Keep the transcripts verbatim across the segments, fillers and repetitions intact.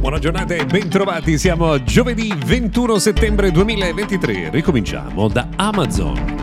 Buona giornata e bentrovati, siamo giovedì ventuno settembre duemilaventitré, ricominciamo da Amazon.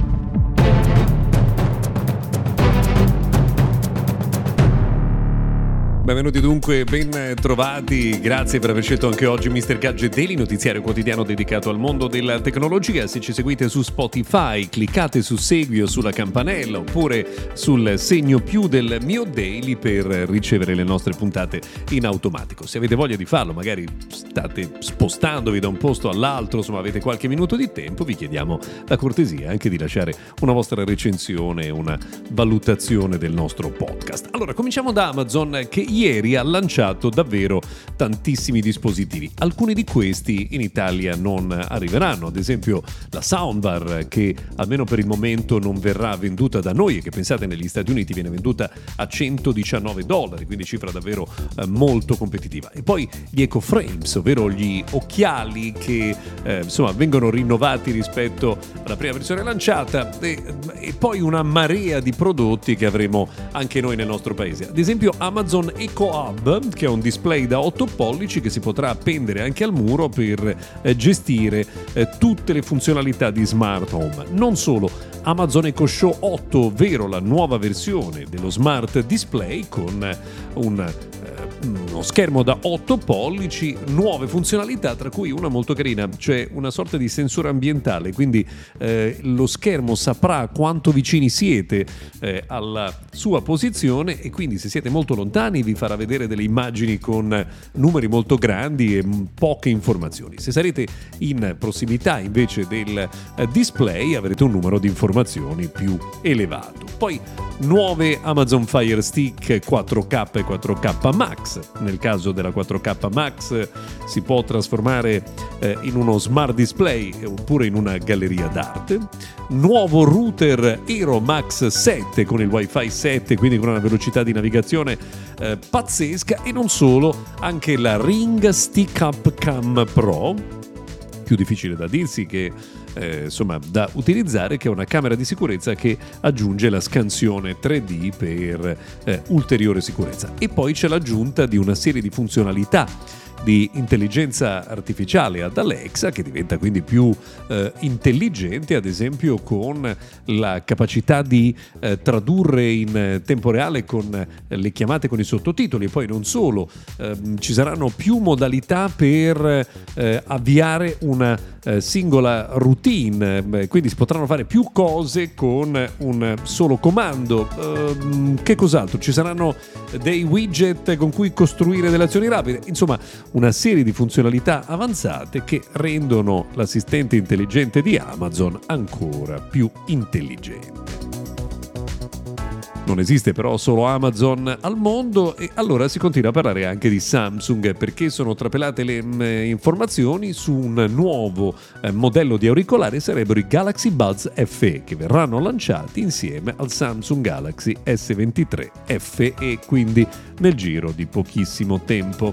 Benvenuti dunque, ben trovati, grazie per aver scelto anche oggi mister Gadget Daily, notiziario quotidiano dedicato al mondo della tecnologia. Se ci seguite su Spotify, cliccate su segui o sulla campanella oppure sul segno più del mio daily per ricevere le nostre puntate in automatico. Se avete voglia di farlo, magari state spostandovi da un posto all'altro, insomma avete qualche minuto di tempo, vi chiediamo la cortesia anche di lasciare una vostra recensione, una valutazione del nostro podcast. Allora, cominciamo da Amazon, che ieri ha lanciato davvero tantissimi dispositivi. Alcuni di questi in Italia non arriveranno, ad esempio la soundbar, che almeno per il momento non verrà venduta da noi e che, pensate, negli Stati Uniti viene venduta a centodiciannove dollari, quindi cifra davvero eh, molto competitiva. E poi gli EcoFrames, ovvero gli occhiali che eh, insomma vengono rinnovati rispetto alla prima versione lanciata, e, e poi una marea di prodotti che avremo anche noi nel nostro paese. Ad esempio Amazon Eco Hub, che è un display da otto pollici che si potrà appendere anche al muro per eh, gestire eh, tutte le funzionalità di smart home. Non solo, Amazon Echo Show otto, ovvero la nuova versione dello smart display con un eh, uno schermo da otto pollici, nuove funzionalità, tra cui una molto carina, cioè una sorta di sensore ambientale, quindi eh, lo schermo saprà quanto vicini siete eh, alla sua posizione e quindi se siete molto lontani vi farà vedere delle immagini con numeri molto grandi e poche informazioni. Se sarete in prossimità invece del eh, display avrete un numero di informazioni più elevato. Poi nuove Amazon Fire Stick quattro K e quattro K Max. Nel caso della quattro K Max si può trasformare eh, in uno smart display oppure in una galleria d'arte. Nuovo router Aero Max sette con il Wi-Fi sette, quindi con una velocità di navigazione eh, pazzesca. E non solo, anche la Ring Stick Up Cam Pro, più difficile da dirsi che eh, insomma da utilizzare, che è una camera di sicurezza che aggiunge la scansione tre D per eh, ulteriore sicurezza. E poi c'è l'aggiunta di una serie di funzionalità di intelligenza artificiale ad Alexa, che diventa quindi più eh, intelligente, ad esempio con la capacità di eh, tradurre in tempo reale con eh, le chiamate con i sottotitoli. E poi non solo, ehm, ci saranno più modalità per eh, avviare una eh, singola routine, eh, quindi si potranno fare più cose con un solo comando. Ehm, che cos'altro? Ci saranno dei widget con cui costruire delle azioni rapide, insomma una serie di funzionalità avanzate che rendono l'assistente intelligente di Amazon ancora più intelligente. Non esiste però solo Amazon al mondo e allora si continua a parlare anche di Samsung, perché sono trapelate le mh, informazioni su un nuovo eh, modello di auricolare, sarebbero i Galaxy Buds F E, che verranno lanciati insieme al Samsung Galaxy S ventitré F E, quindi nel giro di pochissimo tempo.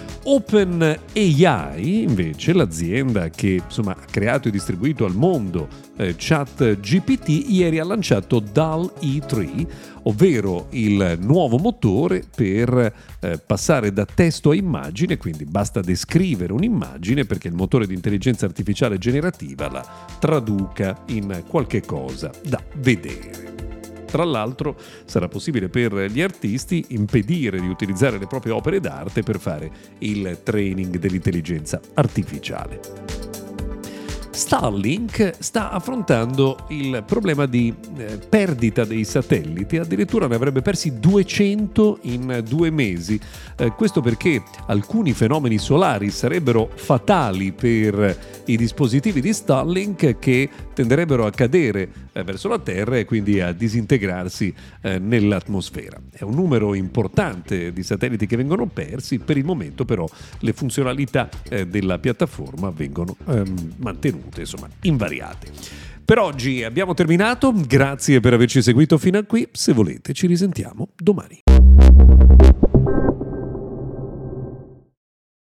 OpenAI, invece, l'azienda che insomma ha creato e distribuito al mondo eh, ChatGPT, ieri ha lanciato D A L L-E tre, ovvero il nuovo motore per eh, passare da testo a immagine, quindi basta descrivere un'immagine perché il motore di intelligenza artificiale generativa la traduca in qualche cosa da vedere. Tra l'altro sarà possibile per gli artisti impedire di utilizzare le proprie opere d'arte per fare il training dell'intelligenza artificiale. Starlink sta affrontando il problema di eh, perdita dei satelliti, addirittura ne avrebbe persi duecento in due mesi. Eh, questo perché alcuni fenomeni solari sarebbero fatali per i dispositivi di Starlink, che tenderebbero a cadere eh, verso la Terra e quindi a disintegrarsi eh, nell'atmosfera. È un numero importante di satelliti che vengono persi. Per il momento però le funzionalità eh, della piattaforma vengono ehm, mantenute, insomma, invariate. Per oggi abbiamo terminato, grazie per averci seguito fino a qui, se volete ci risentiamo domani.